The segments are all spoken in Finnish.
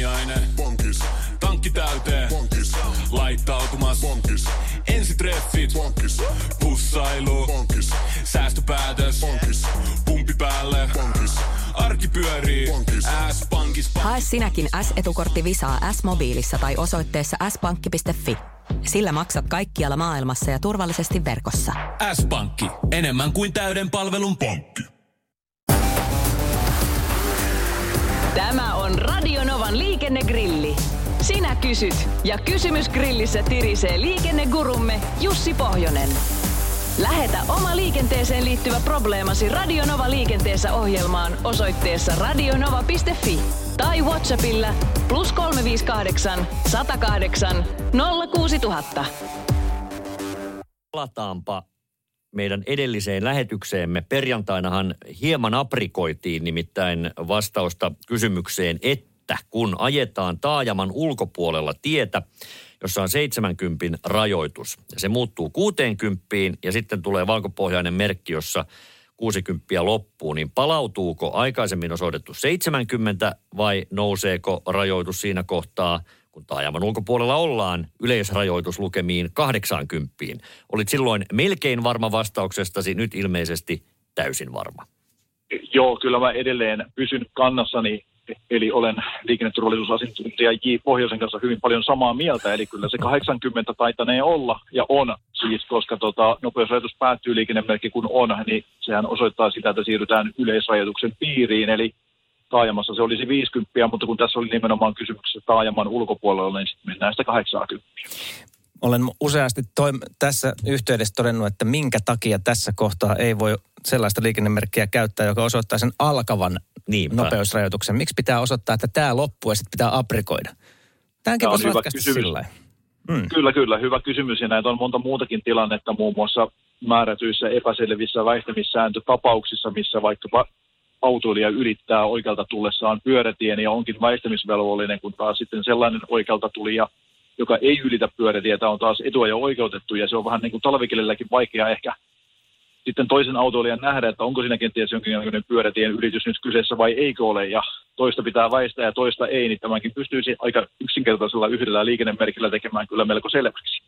Aamiaine. Bonkis. Tankki täyteen. Bonkis. Laittautumas. Bonkis. Ensitreffit. Bonkis. Pussailu. Bonkis. Säästöpäätös. Bonkis. Pumpi päälle. Bonkis. Arki pyörii. Bonkis. S-pankis. Hae sinäkin S-etukortti Visaa S-mobiilissa tai osoitteessa s-pankki.fi. Sillä maksat kaikkialla maailmassa ja turvallisesti verkossa. S-pankki. Enemmän kuin täyden palvelun pankki. Tämä on Radio Novan liikennegrilli. Sinä kysyt ja kysymys grillissä tirisee liikennegurumme Jussi Pohjonen. Lähetä oma liikenteeseen liittyvä probleemasi Radio Nova liikenteessä ohjelmaan osoitteessa radionova.fi tai WhatsAppilla +358 108 06000. Palataanpa meidän edelliseen lähetykseemme. Perjantainahan hieman aprikoitiin nimittäin vastausta kysymykseen, että kun ajetaan taajaman ulkopuolella tietä, jossa on 70 rajoitus, ja se muuttuu 60 ja sitten tulee valkopohjainen merkki, jossa 60 loppuu, niin palautuuko aikaisemmin osoitettu 70 vai nouseeko rajoitus siinä kohtaa, kun taajaman ulkopuolella ollaan, yleisrajoituslukemiin 80. Olit silloin melkein varma vastauksestasi, nyt ilmeisesti täysin varma. Joo, kyllä mä edelleen pysyn kannassani, eli olen liikenneturvallisuusasiantuntija J. Pohjoisen kanssa hyvin paljon samaa mieltä, eli kyllä se 80 taitanee olla ja on siis, koska nopeusrajoitus päättyy liikennemerkki kun on, niin sehän osoittaa sitä, että siirrytään yleisrajoituksen piiriin, eli taajamassa se olisi 50, mutta kun tässä oli nimenomaan kysymyksessä taajaman ulkopuolella, niin sitten mennään sitä 80. Olen useasti tässä yhteydessä todennut, että minkä takia tässä kohtaa ei voi sellaista liikennemerkkiä käyttää, joka osoittaa sen alkavan nopeusrajoituksen. Miksi pitää osoittaa, että tämä loppuu ja sitten pitää aprikoida? Tämäkin voisi ratkaista sillä Kyllä, hyvä kysymys. Ja näitä on monta muutakin tilannetta, muun muassa määrätyissä epäselvissä väistämissääntötapauksissa, missä vaikkapa autoilija ylittää oikealta tullessaan pyörätien ja onkin väistämisvelvollinen, kun taas sitten sellainen oikealta tulija, joka ei ylitä pyörätietä, on taas etuajo-oikeutettu, ja se on vähän niin kuin talvikelilläkin vaikea ehkä sitten toisen autoilijan nähdä, että onko siinä kenties jonkinlainen pyörätien ylitys nyt kyseessä vai eikö ole, ja toista pitää väistää ja toista ei, niin tämänkin pystyisi aika yksinkertaisella yhdellä liikennemerkillä tekemään kyllä melko selväksi.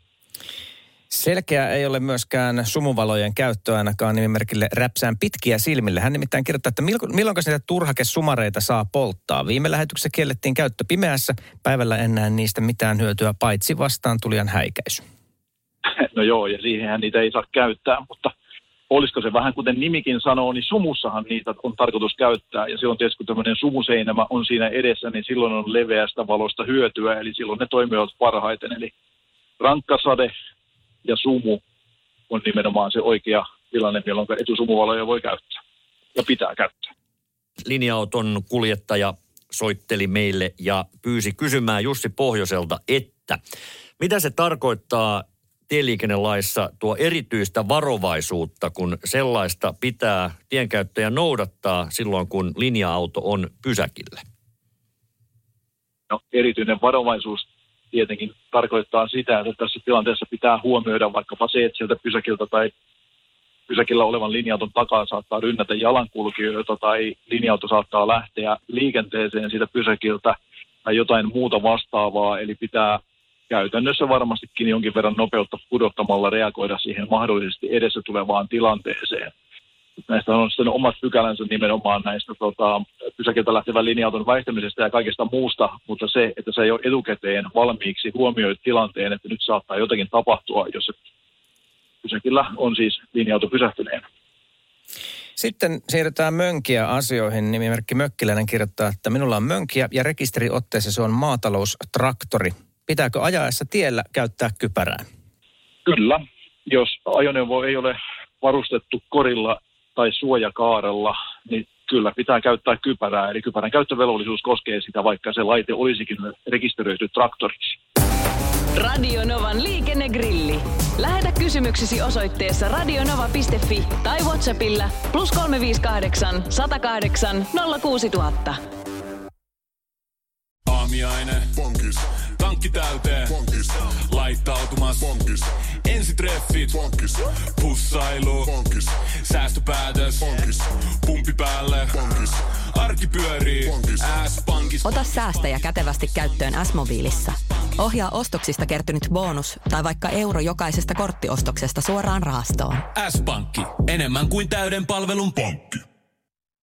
Selkeä ei ole myöskään sumuvalojen käyttö ainakaan nimimerkille Räpsään pitkiä silmille. Hän nimittäin kirjoittaa, että milloin niitä turhakesumareita saa polttaa. Viime lähetyksessä kiellettiin käyttö pimeässä. Päivällä en näe niistä mitään hyötyä, paitsi vastaan tulijan häikäisy. No joo, ja siihenhän niitä ei saa käyttää, mutta olisiko se vähän kuten nimikin sanoo, niin sumussahan niitä on tarkoitus käyttää. Ja se on tietysti, kun tämmöinen sumuseinämä on siinä edessä, niin silloin on leveästä valosta hyötyä, eli silloin ne toimivat parhaiten. Eli rankkasade ja sumu on nimenomaan se oikea tilanne, milloin etusumuvaloja voi käyttää ja pitää käyttää. Linja-auton kuljettaja soitteli meille ja pyysi kysymään Jussi Pohjoselta, että mitä se tarkoittaa tieliikennelaissa tuo erityistä varovaisuutta, kun sellaista pitää tienkäyttäjä noudattaa silloin, kun linja-auto on pysäkillä? No, erityinen varovaisuus tietenkin tarkoittaa sitä, että tässä tilanteessa pitää huomioida vaikkapa se, että sieltä pysäkiltä tai pysäkillä olevan linja-auton takaa saattaa rynnätä jalankulkijoita tai linja-auto saattaa lähteä liikenteeseen siitä pysäkiltä tai jotain muuta vastaavaa. Eli pitää käytännössä varmastikin jonkin verran nopeutta pudottamalla reagoida siihen mahdollisesti edessä tulevaan tilanteeseen. Näistä on sitten omat pykälänsä nimenomaan näistä pysäkiltä lähtevän linja-auton väistämisestä ja kaikesta muusta, mutta se, että sä jo etukäteen valmiiksi huomioit tilanteen, että nyt saattaa jotakin tapahtua, jos se pysäkillä on siis linja-auto pysähtyneenä. Sitten siirrytään mönkiä asioihin. Nimimerkki Mökkiläinen kirjoittaa, että minulla on mönkiä ja rekisteriotteessa se on maataloustraktori. Pitääkö ajaessa tiellä käyttää kypärää? Kyllä. Jos ajoneuvo ei ole varustettu korilla tai suojakaarella, niin kyllä pitää käyttää kypärää. Eli kypärän käyttövelvollisuus koskee sitä, vaikka se laite olisikin rekisteröity traktoriksi. Radio Novan liikennegrilli. Lähetä kysymyksesi osoitteessa radionova.fi tai WhatsAppilla +358 108 06000. Aamiaine. Bonkis. Tankki täyteen. Bonkis. laittautumas. Bonkis. Ensitreffit. Bonkis. Pussailu. Bonkis. Säästöpäätös. Bonkis. Pumpi päälle. Bonkis. Arki pyörii. S-pankis. Ota säästäjä kätevästi käyttöön S-mobiilissa. Ohjaa ostoksista kertynyt bonus tai vaikka euro jokaisesta korttiostoksesta suoraan rahastoon. S-pankki. Enemmän kuin täyden palvelun pankki.